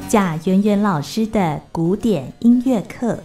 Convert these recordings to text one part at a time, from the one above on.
贾圆圆老师的古典音乐课。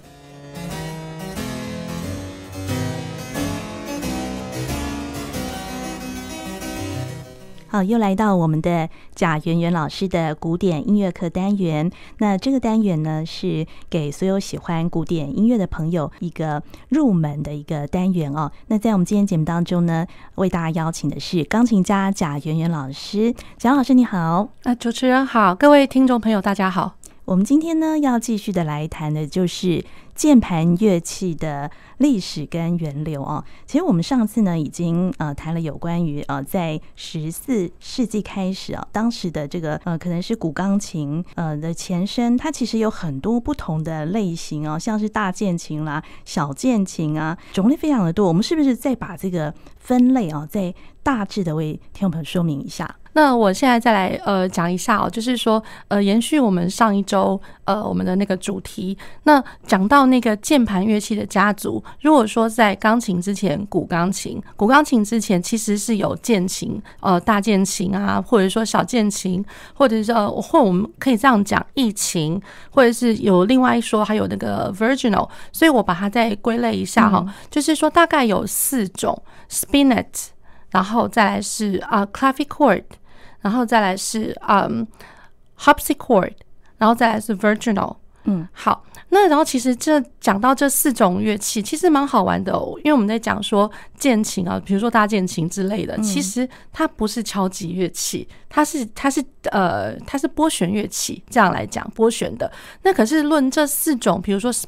好，又来到我们的贾圆圆老师的古典音乐课单元。那这个单元呢，是给所有喜欢古典音乐的朋友一个入门的一个单元哦。那在我们今天节目当中呢，为大家邀请的是钢琴家贾圆圆老师。贾老师你好。 主持人好，各位听众朋友大家好。 我们今天呢要继续的来谈的就是键盘乐器的历史跟源流哦。其实我们上次呢已经谈了有关于在14世纪开始当时的这个可能是古钢琴的前身，它其实有很多不同的类型哦，像是大键琴啦、小键琴啊，种类非常的多。我们是不是再把这个分类再大致的为听众朋友说明一下？ 那我现在再来讲一下就是说延续我们上一周我们的那个主题，那讲到那个键盘乐器的家族，如果说在钢琴之前古钢琴之前其实是有键琴大键琴啊，或者说小键琴，或者是或我们可以这样讲驿琴，或者是有另外一说还有那个 virginal， 所以我把它再归类一下就是说大概有4种 spinet， 然后再来是clavichord，然后再来是harpsichord， 然后再来是 virginal。好，那然后其实讲到这4种乐器其实蛮好玩的因为我们在讲说键琴比如说大键琴之类的，其实它不是敲击乐器，它是拨弦乐器，这样来讲拨弦的。那可是论这4种，比如说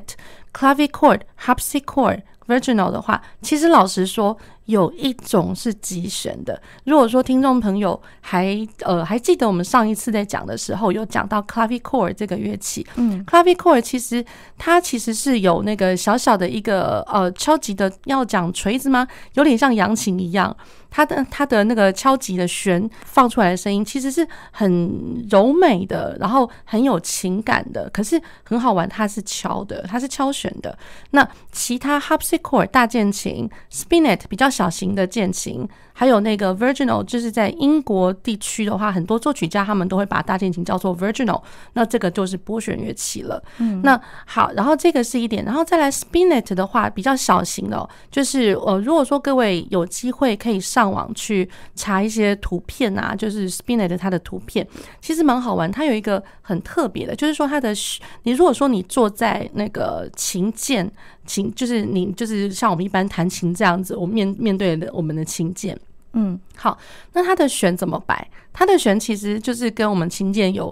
spinet、clavichord、harpsichord、virginal 的话，其实老实说有一种是击弦的。如果说听众朋友还记得我们上一次在讲的时候有讲到 clavichord 这个乐器，clavichord 它其实是有那个小小的一个敲击的，要讲锤子吗？有点像扬琴一样。它的那个敲击的弦放出来的声音其实是很柔美的，然后很有情感的，可是很好玩，它是敲弦的。那其他 harpsichord 大键琴、spinet 比较小型的键琴，还有那个 virginal， 就是在英国地区的话，很多作曲家他们都会把大键琴叫做 virginal， 那这个就是拨弦乐器了。那好，然后这个是一点，然后再来 spinet 的话比较小型的就是如果说各位有机会可以上网去查一些图片啊，就是 spinet 它的图片其实蛮好玩。它有一个很特别的，就是说你如果说你坐在那个琴键，就是你就是像我们一般弹琴这样子，我们面对我们的琴键。好，那它的弦怎么摆？它的弦其实就是跟我们琴键有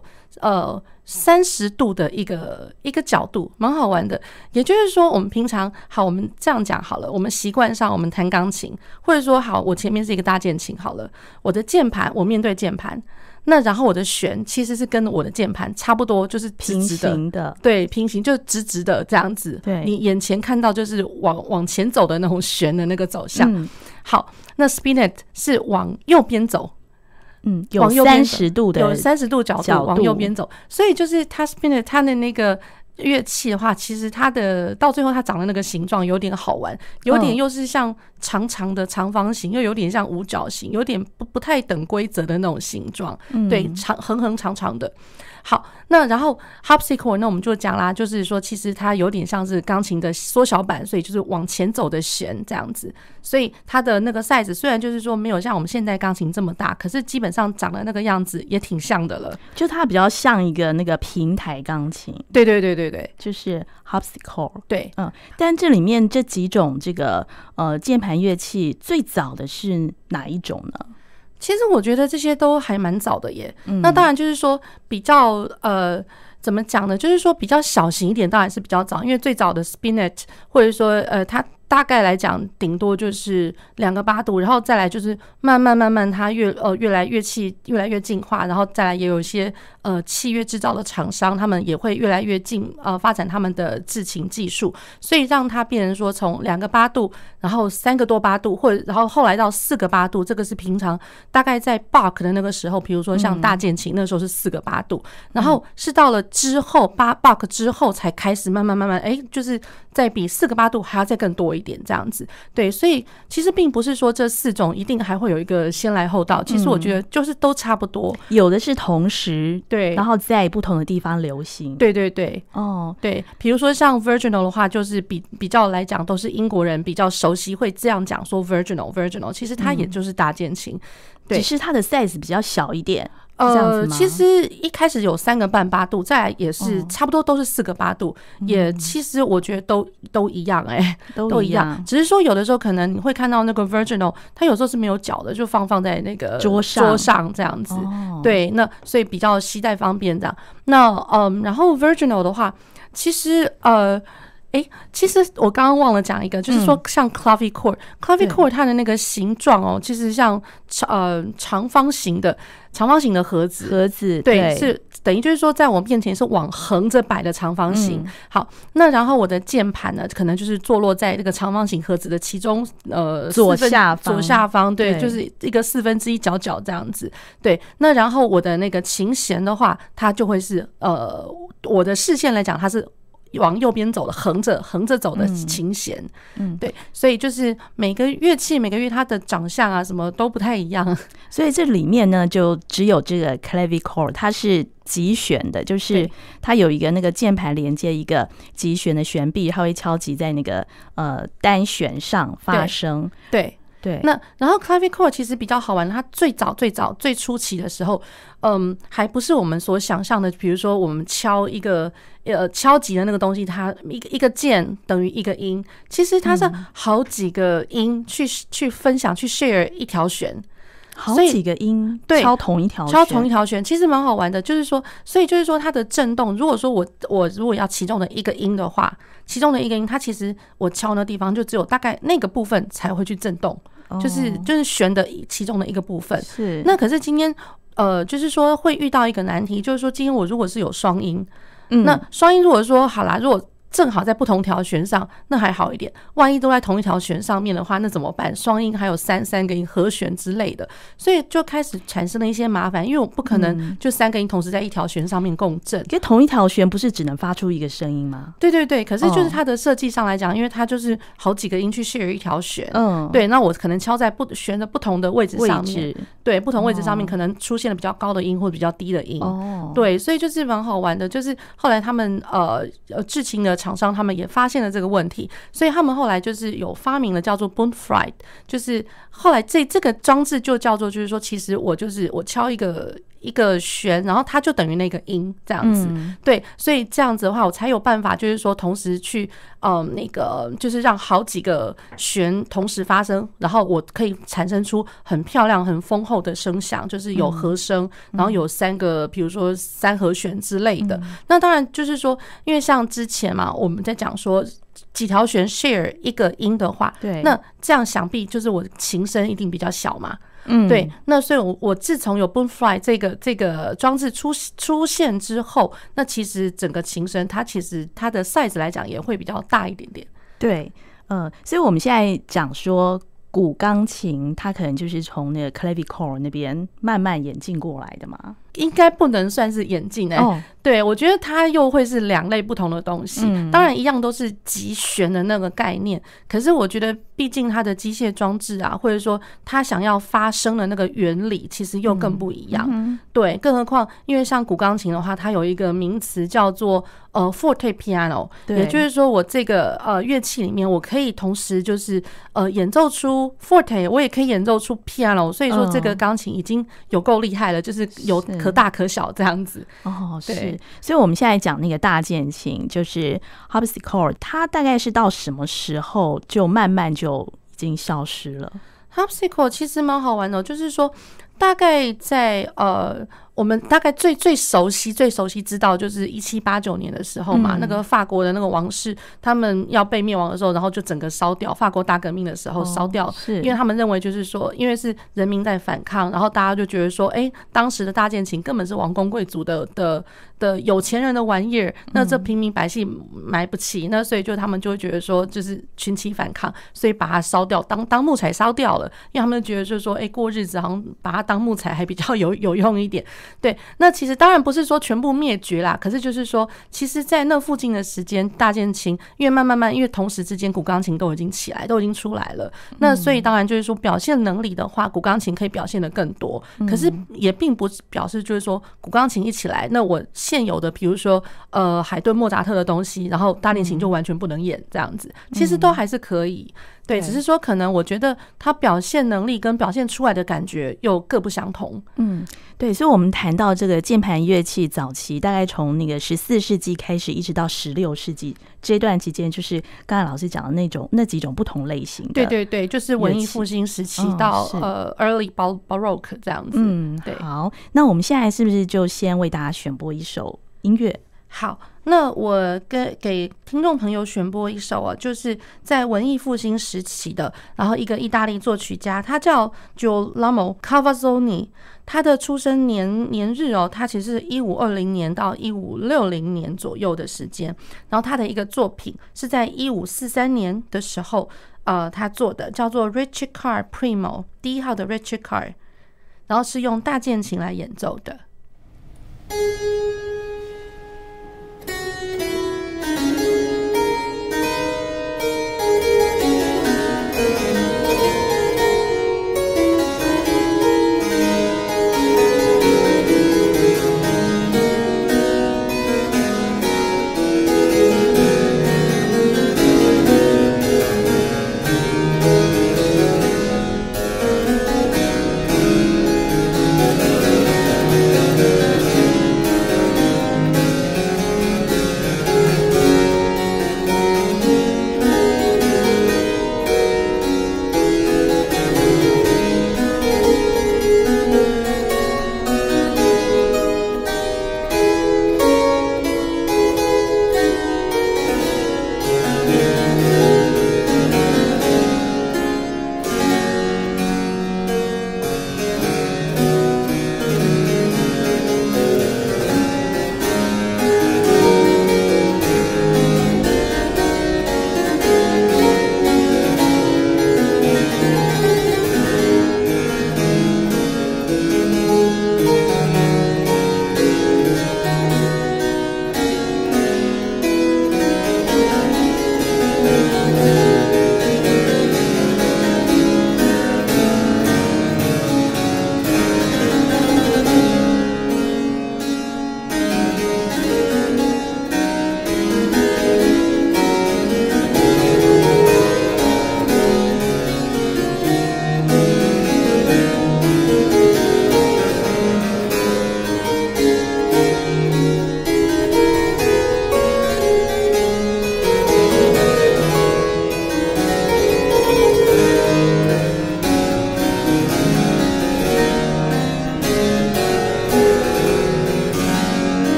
30度的一个角度，蛮好玩的。也就是说我们平常我们这样讲好了，我们习惯上我们弹钢琴，或者说我前面是一个大键琴好了，我的键盘我面对键盘，那然后我的弦其实是跟我的键盘差不多，就是直直的，平行的，对，平行就直直的这样子。对，你眼前看到就是往前走的那种弦的那个走向。好，那 spinet 是往右边走。 有30度的， 有30度角度往右边走，所以就是它 spinet 它的那个乐器的话，其实它的到最后它长的那个形状有点好玩，有点又是像长长的长方形，又有点像五角形，有点不太等规则的那种形状，对，横长长的。好，那然后 harpsichord 那我们就讲啦，就是说其实它有点像是钢琴的缩小版，所以就是往前走的弦这样子，所以它的那个 size 虽然就是说没有像我们现在钢琴这么大，可是基本上长的那个样子也挺像的了， 就它比较像一个那个平台钢琴。 对对对对对， 就是 harpsichord。 对， 但这里面这几种这个键盘乐器最早的是哪一种呢？ 其实我觉得这些都还蛮早的耶。那当然就是说比较怎么讲呢？就是说比较小型一点当然是比较早，因为最早的 spinet 或者说它大概来讲顶多就是2个8度，然后再来就是慢慢它乐器越来越进化，然后再来也有一些器乐制造的厂商，他们也会越来越发展他们的制琴技术，所以让它变成说从2个8度，然后3个多8度，然后后来到4个8度，这个是平常大概在 Bach 的那个时候，比如说像大键琴那时候是4个8度，然后是到了之后Bach 之后才开始慢慢就是再比4个8度还要再更多一点这样子。对，所以其实并不是说这4种一定还会有一个先来后到，其实我觉得就是都差不多， 有的是同时， 对， 然后在不同的地方流行。 对对对， 哦， 对，比如说像 Virginal 的话，就是比较来讲都是英国人比较熟悉，会这样讲说 Virginal， 其实它也就是大键琴，对， 只是它的 size 比较小一点。 其实一开始有3个半8度，再来也是差不多都是4个8度，也其实我觉得都一样，都一样，只是说有的时候可能你会看到那个 Virginal， 它有时候是没有脚的，就放在那个桌上这样子，对，那所以比较携带方便这样。那然后 Virginal 的话，其实其实我刚刚忘了讲一个，就是说像 clavichord 它的那个形状其实像长方形的盒子，对，是等于就是说在我面前是往横着摆的长方形。好，那然后我的键盘呢，可能就是坐落在这个长方形盒子的其中左下方，对，就是一个1/4角这样子。对，那然后我的那个琴弦的话，它就会是我的视线来讲，它是往右边走的，横着走的琴弦，对，所以就是每个乐器它的长相啊什么都不太一样， 所以这里面呢就只有这个 clavichord 它是击弦的，就是它有一个那个键盘连接一个击弦的弦臂，它会敲击在那个单弦上发声， 对。那然后 clavichord 其实比较好玩，它最初期的时候，还不是我们所想象的，比如说我们敲一个敲击的那个东西，它一个键等于一个音，其实它是好几个音去分享去 share 一条弦。 好几个音敲同一条弦，其实蛮好玩的。就是说，所以就是说，它的震动，如果说我如果要其中的一个音的话，它其实我敲的地方就只有大概那个部分才会去震动，就是弦的其中的一个部分。 是。 那可是今天就是说会遇到一个难题，就是说今天我如果是有双音，那双音如果说好啦，如果正好在不同条弦上，那还好一点。万一都在同一条弦上面的话，那怎么办？双音还有三个音和弦之类的，所以就开始产生了一些麻烦。因为我不可能就3个音同时在一条弦上面共振。 因为同一条弦不是只能发出一个声音吗？ 对对对，可是就是它的设计上来讲，因为它就是好几个音去 share 一条弦，对，那我可能敲在弦的不同的位置上面，对，不同位置上面可能出现了比较高的音或比较低的音，对，所以就是蛮好玩的。就是后来他们制琴的厂商他们也发现了这个问题，所以他们后来就是有发明了叫做 Bundfried， 就是后来这个装置就叫做，就是说其实我敲一个弦，然后它就等于那个音这样子，对，所以这样子的话，我才有办法，就是说同时去那个就是让好几个弦同时发生，然后我可以产生出很漂亮、很丰厚的声响，就是有和声，然后有3个，比如说3和弦之类的。那当然就是说，因为像之前嘛，我们在讲说几条弦 share 一个音的话， 对， 那这样想必就是我琴声一定比较小嘛。对，那所以我自从有 Bundfried 这个装置出现之后，那其实整个琴声它其实它的 size 来讲也会比较大一点点。 对，所以我们现在讲说古钢琴，它可能就是从那个 clavichord 那边慢慢演进过来的嘛。 应该不能算是演进对，我觉得它又会是2类不同的东西。当然一样都是击弦的那个概念，可是我觉得毕竟它的机械装置啊，或者说它想要发声的那个原理其实又更不一样。对，更何况因为像古钢琴的话，它有一个名词叫做forte piano， 也就是说我这个乐器里面我可以同时就是演奏出 forte， 我也可以演奏出 piano， 所以说这个钢琴已经有够厉害了，就是有可大可小这样子。 是，所以我们现在讲那个大键琴，就是 harpsichord， 它大概是到什么时候就慢慢就已经消失了？ harpsichord 其实蛮好玩的，就是说大概在我们大概最熟悉知道就是1789年的时候嘛，那个法国的那个王室他们要被灭亡的时候，然后就整个烧掉，法国大革命的时候烧掉，因为他们认为就是说，因为是人民在反抗，然后大家就觉得说，当时的大键琴根本是王公贵族的有钱人的玩意儿，那这平民百姓买不起，那所以就他们就会觉得说，就是群起反抗，所以把它烧掉，当木材烧掉了，因为他们觉得就是说，过日子好像把它当木材还比较有用一点。对，那其实当然不是说全部灭绝啦，可是就是说，其实在那附近的时间，大键琴因为慢慢，因为同时之间古钢琴都已经起来，都已经出来了，那所以当然就是说表现能力的话，古钢琴可以表现得更多，可是也并不表示就是说古钢琴一起来，那我现有的比如说海顿、莫扎特的东西，然后大键琴就完全不能演这样子，其实都还是可以。对，只是说可能我觉得他表现能力跟表现出来的感觉又各不相同。 对，所以我们谈到这个键盘乐器早期，大概从那个14世纪开始，一直到16世纪这段期间，就是刚才老师讲的那几种不同类型的。 对，就是文艺复兴时期到early Baroque 这样子。对。 好，那我们现在是不是就先为大家选播一首音乐？ 好，那我给听众朋友选播一首就是在文艺复兴时期的，然后一个意大利作曲家，他叫 Girolamo Cavazzoni， 他的出生年日他其实是1520年到1560年左右的时间，然后他的一个作品是在1543年的时候他做的，叫做 Ricercar Primo 第1号的 Ricercar， 然后是用大键琴来演奏的。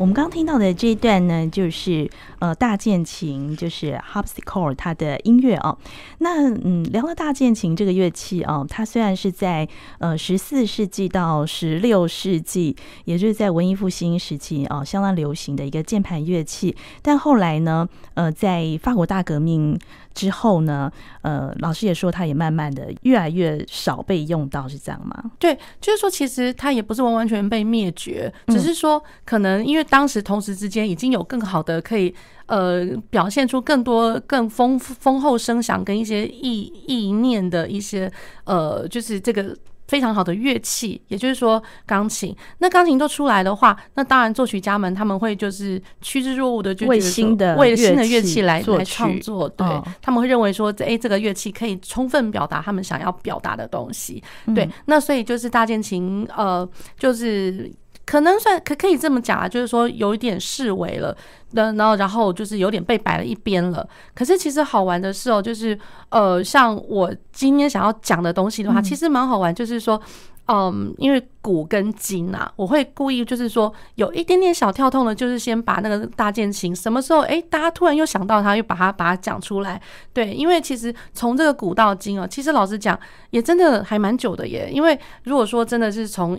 们刚听到的这一段呢，就是大键琴，就是 harpsichord 它的音乐哦。那聊到大键琴这个乐器哦，它虽然是在14世纪到16世纪，也就是在文艺复兴时期哦，相当流行的一个键盘乐器，但后来呢，在法国大革命之后呢，老师也说，它也慢慢的越来越少被用到，是这样吗？ 对，就是说，其实它也不是完完全被灭绝，只是说可能因为当时同时之间已经有更好的可以表现出更多更丰厚声响跟一些意念的一些就是这个非常好的乐器，也就是说钢琴。那钢琴都出来的话，那当然作曲家们他们会就是趋之若鹜的，就为新的乐器来创作。对，他们会认为说，这个乐器可以充分表达他们想要表达的东西。对，那所以就是大键琴，就是可能算可以这么讲啊，就是说有一点式微了。然后就是有点被摆了一边了。可是其实好玩的是就是像我今天想要讲的东西的话，其实蛮好玩，就是说因为古跟今啊，我会故意就是说有一点点小跳痛的，就是先把那个大键琴什么时候大家突然又想到它，又把它讲出来。对，因为其实从这个古到今其实老实讲也真的还蛮久的耶。因为如果说真的是从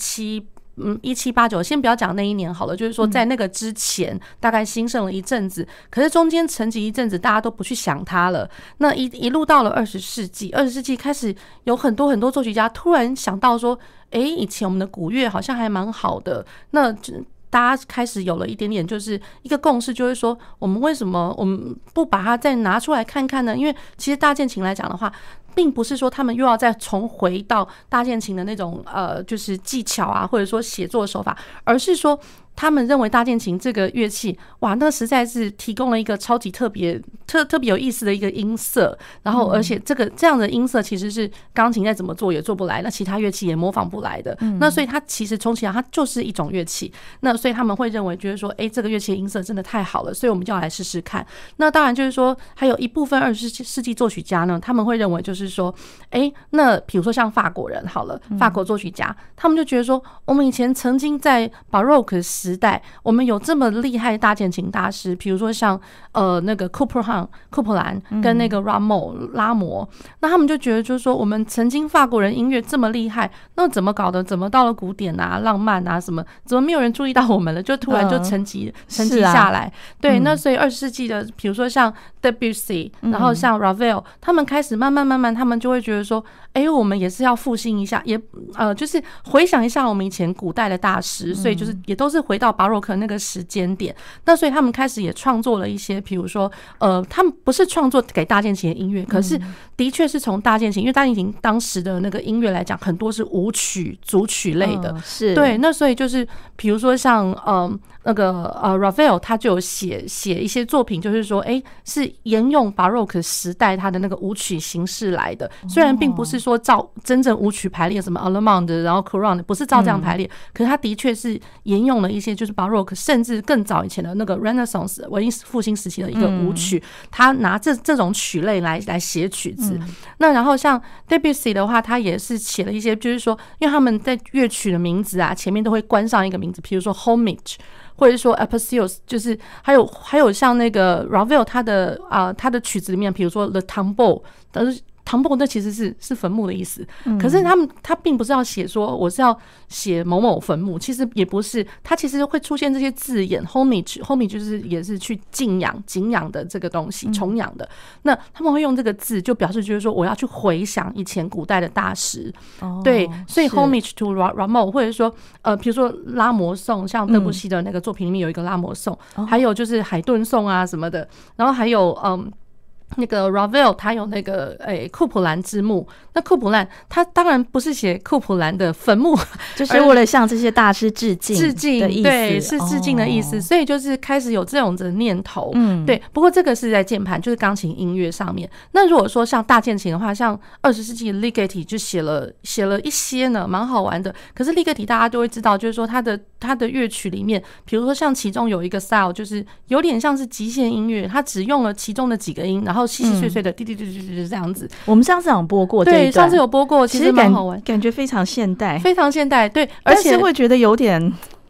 1789，先不要讲那一年好了，就是说在那个之前大概兴盛了一阵子，可是中间沉寂一阵子，大家都不去想它了。那一路到了20世纪开始有很多作曲家突然想到说，以前我们的古乐好像还蛮好的，那大家开始有了一点点就是一个共识，就是说我们为什么我们不把它再拿出来看看呢？因为其实大键琴来讲的话，并不是说他们又要再重回到大键琴的那种就是技巧啊，或者说写作手法，而是说他们认为大键琴这个乐器，哇，那实在是提供了一个超级特别有意思的一个音色，然后而且这样的音色其实是钢琴再怎么做也做不来，那其他乐器也模仿不来的。那所以它其实充其量它就是一种乐器，那所以他们会认为觉得说，这个乐器的音色真的太好了，所以我们就要来试试看。那当然就是说，还有一部分20世纪作曲家呢，他们会认为就是说，那比如说像法国人好了，法国作曲家，他们就觉得说，我们以前曾经在 Baroque 时代，我们有这么厉害的大键琴大师，比如说像那个库普兰跟那个拉摩，那他们就觉得就是说，我们曾经法国人音乐这么厉害，那怎么搞的？怎么到了古典啊、浪漫啊什么，怎么没有人注意到我们了？就突然就沉寂下来。对，那所以20世纪的，比如说像 Debussy， 然后像 Ravel， 他们开始慢慢，他们就会觉得说，我们也是要复兴一下，也就是回想一下我们以前古代的大师，所以就是也都是回到巴洛克那个时间点。那所以他们开始也创作了一些，比如说他们不是创作给大键琴的音乐，可是的确是从大键琴，因为大键琴当时的那个音乐来讲，很多是舞曲、组曲类的， 是对。那所以就是比如说像那个Ravel， 他就有写一些作品，就是说是沿用 Baroque 时代他的那个舞曲形式来的，虽然并不是说照真正舞曲排列，什么 Allemande 然后 Courant 不是照这样排列，可是他的确是沿用了一些就是 Baroque 甚至更早以前的那个 Renaissance 文艺复兴时期的一个舞曲，他拿这种曲类来写曲子。那然后像 Debussy 的话，他也是写了一些，就是说因为他们在乐曲的名字啊前面都会关上一个名字，比如说 Homage或者说 Apotheose， 就是还有像那个 Ravel 他的曲子里面，比如说 The Tombeau， Tombeau 那其实是坟墓的意思，可是他并不是要写说我是要写某某坟墓，其实也不是，他其实会出现这些字眼 homage 就是也是去敬仰的这个东西，崇仰的。那他们会用这个字，就表示就是说我要去回想以前古代的大师，对，所以 homage to Rameau， 或者说比如说拉摩颂，像德布西的那个作品里面有一个拉摩颂，还有就是海顿颂啊什么的，然后还有那个 Ravel 他有那个库普兰之墓，那库普兰他当然不是写库普兰的坟墓， 就是为了向这些大师致敬的意思， 对，是致敬的意思，所以就是开始有这种的念头。对，不过这个是在键盘，就是钢琴音乐上面。那如果说像大键琴的话，像20世纪的 Ligeti 就写了一些呢，蛮好玩的。可是 Ligeti 大家就会知道，就是说他的乐曲里面，比如说像其中有一个 style， 就是有点像是极限音乐，他只用了其中的几个音，然后细细碎碎的滴滴滴滴滴这样子。 我们上次有播过这一段， 对，上次有播过，其实蛮好玩， 感觉非常现代， 非常现代，对， 而且会觉得有点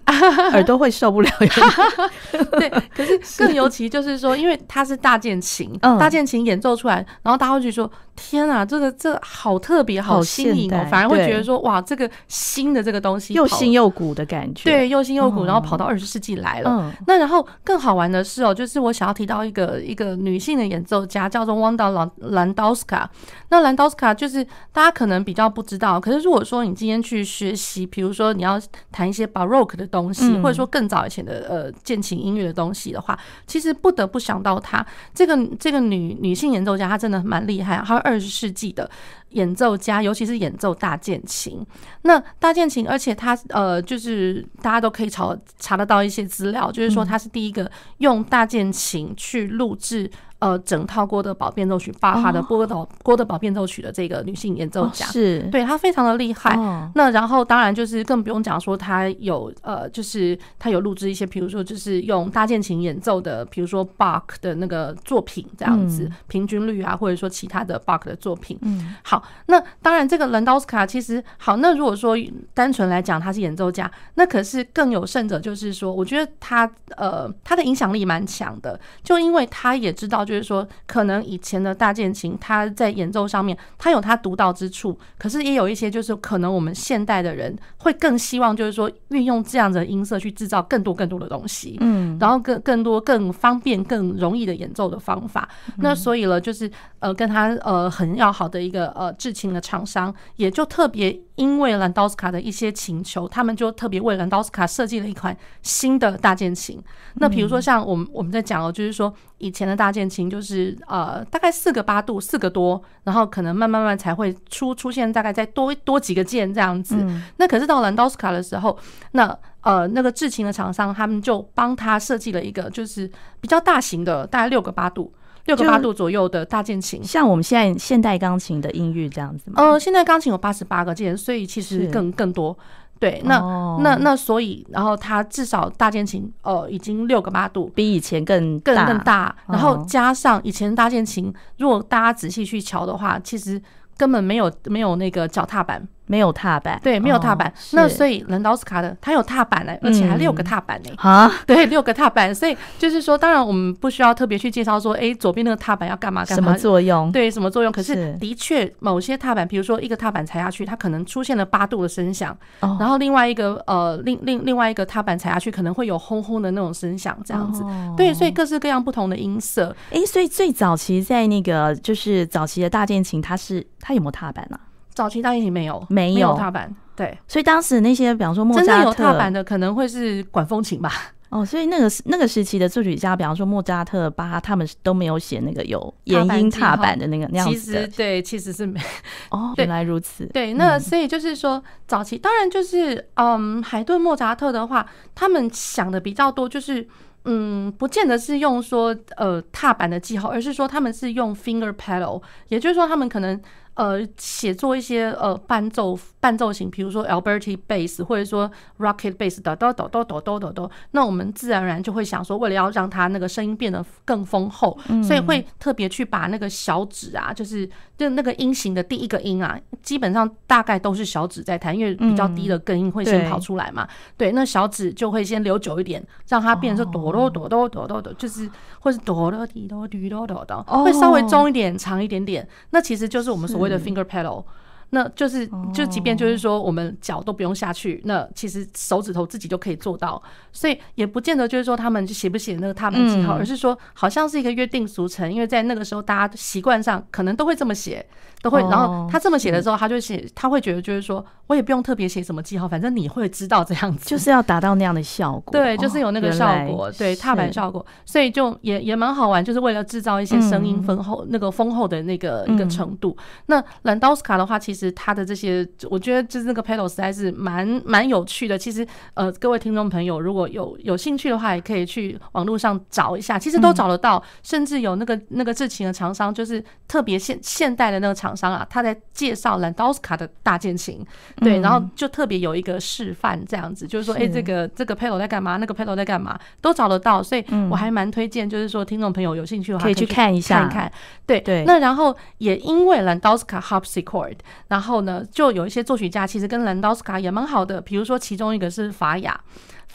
耳朵会受不了。 对，可是更尤其就是说，因为它是大键琴，大键琴演奏出来，然后大家会觉得说，天啊，这好特别，好新颖哦，反而会觉得说，哇，这个新的这个东西又新又古的感觉， 对，又新又古，然后跑到20世纪来了。那然后更好玩的是哦，就是我想要提到一个女性的演奏家，叫做 Wanda Landowska。那兰道斯卡就是大家可能比较不知道，可是如果说你今天去学习，比如说你要弹一些 Baroque 的东西，或者说更早以前的键琴音乐的东西的话，其实不得不想到她这个女性演奏家，她真的蛮厉害，她是20世纪的演奏家，尤其是演奏大键琴。那大键琴，而且她就是大家都可以查得到一些资料，就是说她是第一个用大键琴去录制整套郭德堡变奏曲，巴哈的郭德堡变奏曲的这个女性演奏家， 是对她非常的厉害。那然后当然就是更不用讲说她有就是她有录制一些，比如说就是用大键琴演奏的，比如说 Bach 的那个作品这样子，平均律啊，或者说其他的 Bach 的作品。好，那当然这个兰道斯卡其实好，那如果说单纯来讲她是演奏家，那可是更有甚者，就是说我觉得她的影响力蛮强的，就因为她也知道就是说可能以前的大键琴它在演奏上面它有它独到之处，可是也有一些就是可能我们现代的人会更希望就是说运用这样的音色去制造更多的东西，然后更多更方便更容易的演奏的方法。那所以了就是跟他很要好的一个制琴的厂商，也就特别因为兰道斯卡的一些请求，他们就特别为兰道斯卡设计了一款新的大键琴。那比如说像我们在讲就是说以前的大键琴就是大概4个8度4个多，然后可能慢慢才会出现大概再多几个键这样子。那可是到兰道斯卡的时候，那个制琴的厂商他们就帮他设计了一个就是比较大型的，大概6个8度左右的大键琴， 像我们现在现代钢琴的音域这样子吗？ 现在钢琴有88个键，所以其实更多。对，那所以，然后它至少大键琴已经6个8度， 比以前更大，然后加上以前大键琴，如果大家仔细去瞧的话，其实根本没有那个脚踏板。 没有踏板， 对，没有踏板。那所以兰道斯卡的它有踏板而且还6个踏板对，6个踏板。所以就是说，当然我们不需要特别去介绍说，左边那个踏板要干嘛， 什么作用？ 对，什么作用？可是的确，某些踏板，比如说一个踏板踩下去，它可能出现了8度的声响，然后另外一个另外一个踏板踩下去，可能会有轰轰的那种声响，这样子。对，所以各式各样不同的音色。 所以最早期在那个就是早期的大键琴，它有没有踏板啊？ 早期大键琴没有踏板，对， 所以当时那些比方说莫扎特真正有踏板的可能会是管风琴吧。 所以那个时期的作曲家，比方说莫扎特、巴哈，他们都没有写那个有延音踏板的那样子的。 其实是没。 原来如此。 对，那所以就是说，早期当然就是海顿、莫扎特的话，他们想的比较多，就是不见得是用说踏板的记号，而是说他们是用 finger pedal， 也就是说他们可能写作一些伴奏型，比如说 Alberti bass 或者说 Rocket bass 哆，那我们自然而然就会想说，为了要让它那个声音变得更丰厚，所以会特别去把那个小指啊，就那个音型的第一个音啊，基本上大概都是小指在弹，因为比较低的根音会先跑出来嘛。对，那小指就会先留久一点，让它变成哆哆哆哆哆哆哆，就是或是哆哆滴哆滴哆哆哆，会稍微中一点、长一点点。那其实就是我们所谓的 finger pedal。那就即便就是说我们脚都不用下去，那其实手指头自己就可以做到，所以也不见得就是说他们写不写那个踏板记号，而是说好像是一个约定俗成，因为在那个时候大家习惯上可能都会这么写，都会，然后他这么写的时候，他会觉得就是说我也不用特别写什么记号，反正你会知道这样子， 就是要达到那样的效果。 对，就是有那个效果，对，踏板效果，所以就也蛮好玩，就是为了制造一些声音丰厚的那个一个程度。那兰道斯卡的话，其实他的这些，我觉得就是那个 pedal 实在是蛮有趣的。其实各位听众朋友如果有兴趣的话，也可以去网络上找一下，其实都找得到，甚至有那个制琴的厂商，就是特别现代的那个厂商啊，他在介绍兰道斯卡的大键琴，对，然后就特别有一个示范这样子，就是说这个 pedal 在干嘛，那个 pedal 在干嘛，都找得到，所以我还蛮推荐，就是说听众朋友有兴趣的话可以去看一下， 对。那然后也因为兰道斯卡 harpsichord， 然后呢就有一些作曲家其实跟兰道斯卡也蛮好的，比如说其中一个是法雅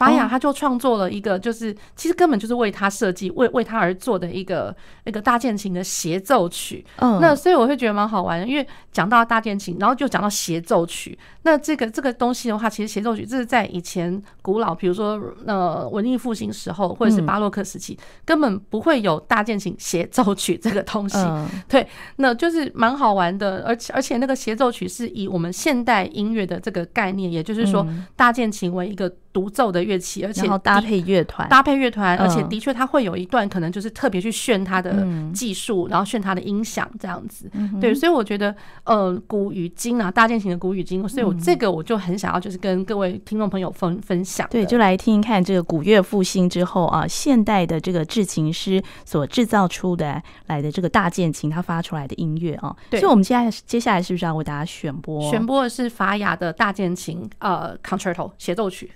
法雅他就创作了一个，就是其实根本就是为他设计、为他而做的一个大键琴的协奏曲。那所以我会觉得蛮好玩的，因为讲到大键琴，然后就讲到协奏曲。那这个东西的话，其实协奏曲这是在以前古老，比如说文艺复兴时候或者是巴洛克时期，根本不会有大键琴协奏曲这个东西。对，那就是蛮好玩的，而且那个协奏曲是以我们现代音乐的这个概念，也就是说大键琴为一个独奏的乐器，而且搭配乐团， 而且的确它会有一段可能就是特别去炫它的技术，然后炫它的音响这样子。对，所以我觉得古与今啊，大键琴的古与今，所以我就很想要就是跟各位听众朋友分享。 对，就来听看这个古乐复兴之后啊，现代的这个制琴师所制造出来的这个大键琴，它发出来的音乐啊。所以我们接下来是不是要为大家选播的是法雅的大键琴Concerto 协奏曲。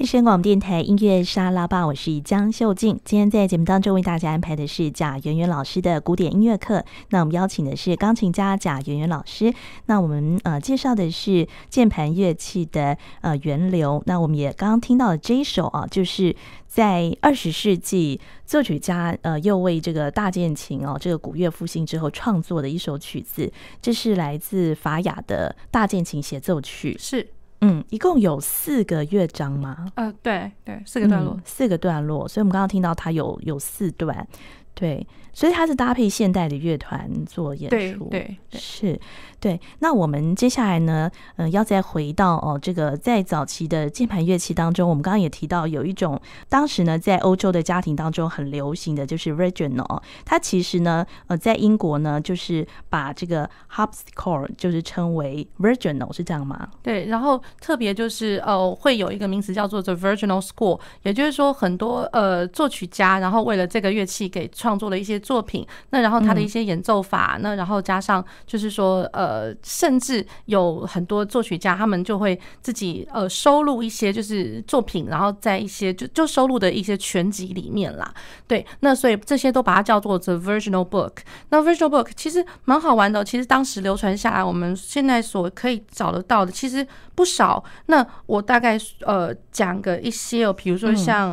声广播电台音乐沙拉吧，我是江秀静。今天在节目当中为大家安排的是贾圆圆老师的古典音乐课。那我们邀请的是钢琴家贾圆圆老师。那我们介绍的是键盘乐器的源流。那我们也刚刚听到的这一首啊，就是在20世纪作曲家又为这个大键琴这个古乐复兴之后创作的一首曲子，这是来自法雅的大键琴协奏曲。 是。 一共有4个乐章吗？ 对，4个段落 ，4个段落。所以我们刚刚听到它有4段，对，所以它是搭配现代的乐团做演出， 对， 是，对。那我们接下来呢，要再回到这个在早期的键盘乐器当中，我们刚刚也提到有一种当时呢在欧洲的家庭当中很流行的就是 virginal， 它其实呢在英国呢就是把这个 harpsichord 就是称为 virginal， 是这样吗？ 对，然后特别就是会有一个名词叫做 the virginal score， 也就是说很多作曲家然后为了这个乐器给创作了一些作品，那然后他的一些演奏法，那然后加上就是说甚至有很多作曲家他们就会自己收录一些就是作品，然后在一些就收录的一些全集里面啦。对，那所以这些都把它叫做 the virginal book。 那 virginal book 其实蛮好玩的，其实当时流传下来我们现在所可以找得到的其实不少。那我大概讲个一些比如说像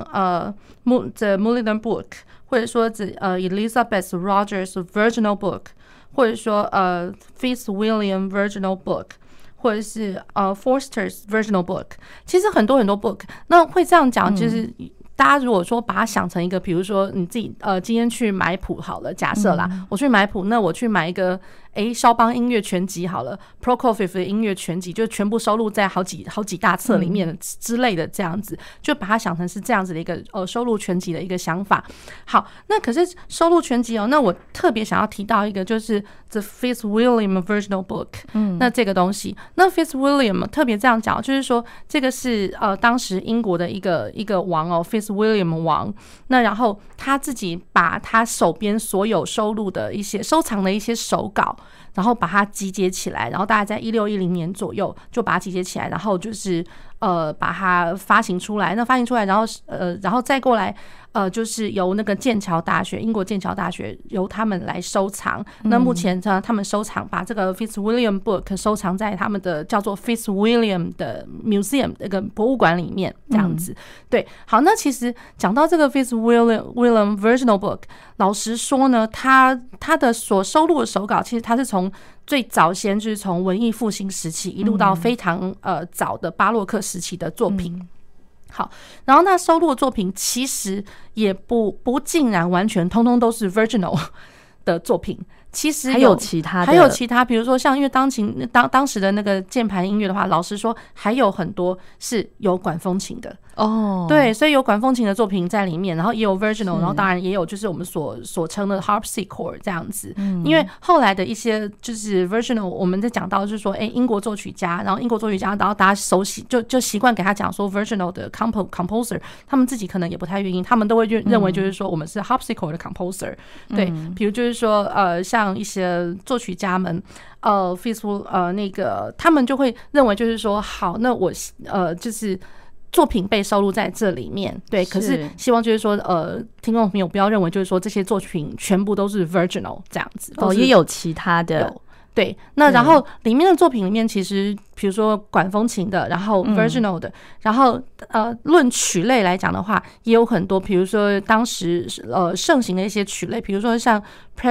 the Mulliner book，或者说Elizabeth Rogers Virginal Book， 或者说Fitzwilliam Virginal Book， 或者是Forster's Virginal Book， 其实很多 book。 那会这样讲就是大家如果说把它想成一个，比如说你自己今天去买谱好了，假设啦，我去买谱，那我去买一个肖邦音乐全集好了 ，Prokofiev 的音乐全集，就全部收录在好几大册里面之类的，这样子，就把它想成是这样子的一个收录全集的一个想法。好，那可是收录全集那我特别想要提到一个，就是 The Fitzwilliam Virginal Book， 那这个东西，那 Fitzwilliam 特别这样讲，就是说这个是当时英国的一个王Fitzwilliam 王，那然后他自己把他手边所有收录的一些收藏的一些手稿，然后把它集结起来，然后大概在1610年左右就把它集结起来，然后就是把它发行出来。那发行出来，然后再过来就是由那个剑桥大学，英国剑桥大学由他们来收藏。那目前呢，他们收藏把这个 Fitzwilliam Book 收藏在他们的叫做 Fitzwilliam 的 Museum 那个博物馆里面，这样子。对，好，那其实讲到这个 Fitzwilliam Virginal Book， 老实说呢，他的所收录的手稿，其实他是从最早先就是从文艺复兴时期一路到非常早的巴洛克时期的作品。好，然后那收录的作品其实也不尽然完全通通都是 virginal 的作品，其实还有其他， 比如说像因为当时的那个键盘音乐的话，老实说还有很多是有管风琴的对，所以有管风琴的作品在里面，然后也有 virginal， 然后当然也有就是我们所称的 harpsichord 这样子。因为后来的一些就是 virginal， 我们在讲到就是说，英国作曲家，然后大家熟悉就习惯给他讲说 virginal 的 composer， 他们自己可能也不太愿意，他们都会认为就是说我们是 harpsichord 的 composer。对，比如就是说像一些作曲家们那个他们就会认为就是说，好，那我就是作品被收录在这里面，对，可是希望就是说听众朋友不要认为就是说这些作品全部都是 virginal 这样子， 也有其他的。 对，那然后里面的作品里面，其实比如说管风琴的，然后 virginal 的，然后论曲类来讲的话，也有很多，比如说当时盛行的一些曲类，比如说像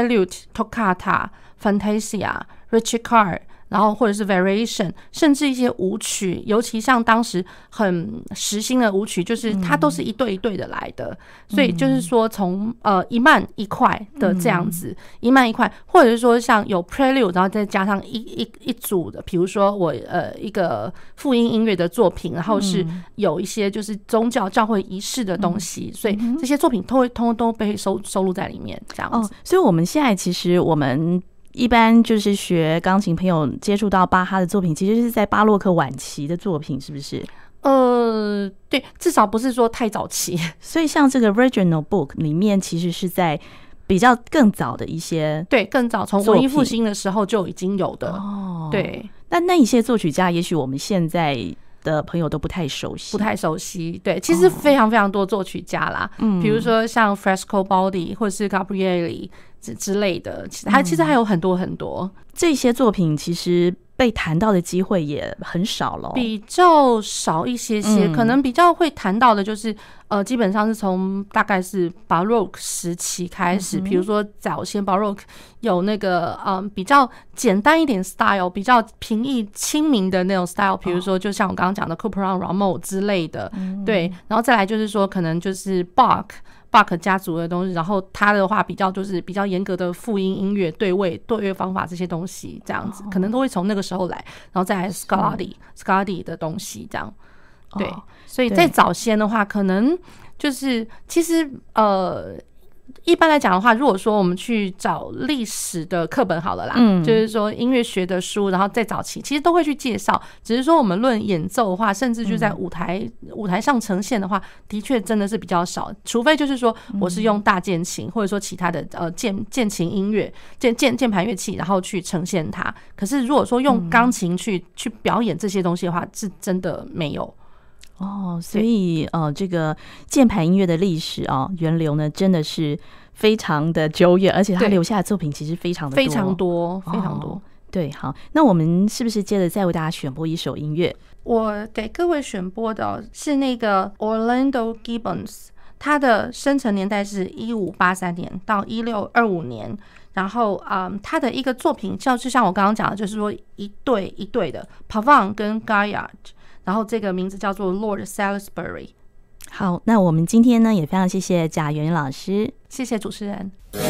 Prelude、Toccata、Fantasia、Ritchie-Carr，然后或者是 variation， 甚至一些舞曲，尤其像当时很时兴的舞曲，就是它都是一对一对的来的，所以就是说从一慢一快的这样子，一慢一快，或者是说像有 prelude， 然后再加上一组的，比如说我一个复音音乐的作品，然后是有一些就是宗教教会仪式的东西，所以这些作品通通都被收录在里面，这样子。 所以我们现在其实我们一般就是学钢琴朋友接触到巴哈的作品，其实是在巴洛克晚期的作品，是不是？ 对，至少不是说太早期。 所以像这个 Virginal Book 里面，其实是在比较更早的一些， 对，更早从文艺复兴的时候就已经有的。 对，那一些作曲家，也许我们现在的朋友都不太熟悉， 对，其实非常非常多作曲家啦，比如说像 Frescobaldi 或是 Gabrieli 之类的，其实还有很多很多这些作品，其实被谈到的机会也很少了， 比较少一些些，可能比较会谈到的就是基本上是从大概是 Baroque 时期开始，比如说早先 Baroque 有那个比较简单一点 style， 比较平易亲民的那种 style， 比如说就像我刚刚讲的 Couperin Rameau 之类的，对，然后再来就是说可能就是 Bach 家族的东西，然后他的话比较严格的复音音乐对乐方法这些东西，这样子可能都会从那个时候来，然后再来 Scarlatti 的东西这样，对，所以在早先的话，可能就是其实一般来讲的话，如果说我们去找历史的课本好了啦，就是说音乐学的书，然后再早期其实都会去介绍，只是说我们论演奏的话，甚至就在舞台上呈现的话，的确真的是比较少，除非就是说我是用大键琴或者说其他的键琴音乐键盘乐器，然后去呈现它。可是如果说用钢琴去表演这些东西的话，是真的没有。 所以这个键盘音乐的历史源流呢，真的是非常的久远，而且他留下的作品其实非常的多， 非常多。 对，好，那我们是不是接着再为大家选播一首音乐？ 我给各位选播的是那个 Orlando Gibbons， 他的生成年代是1583年到1625年。然后他的一个作品就像我刚刚讲的，就是说一对一对的 Pavon 跟 Gaillard，然后这个名字叫做 Lord Salisbury。 好，那我们今天呢也非常谢谢贾元老师， 谢谢主持人。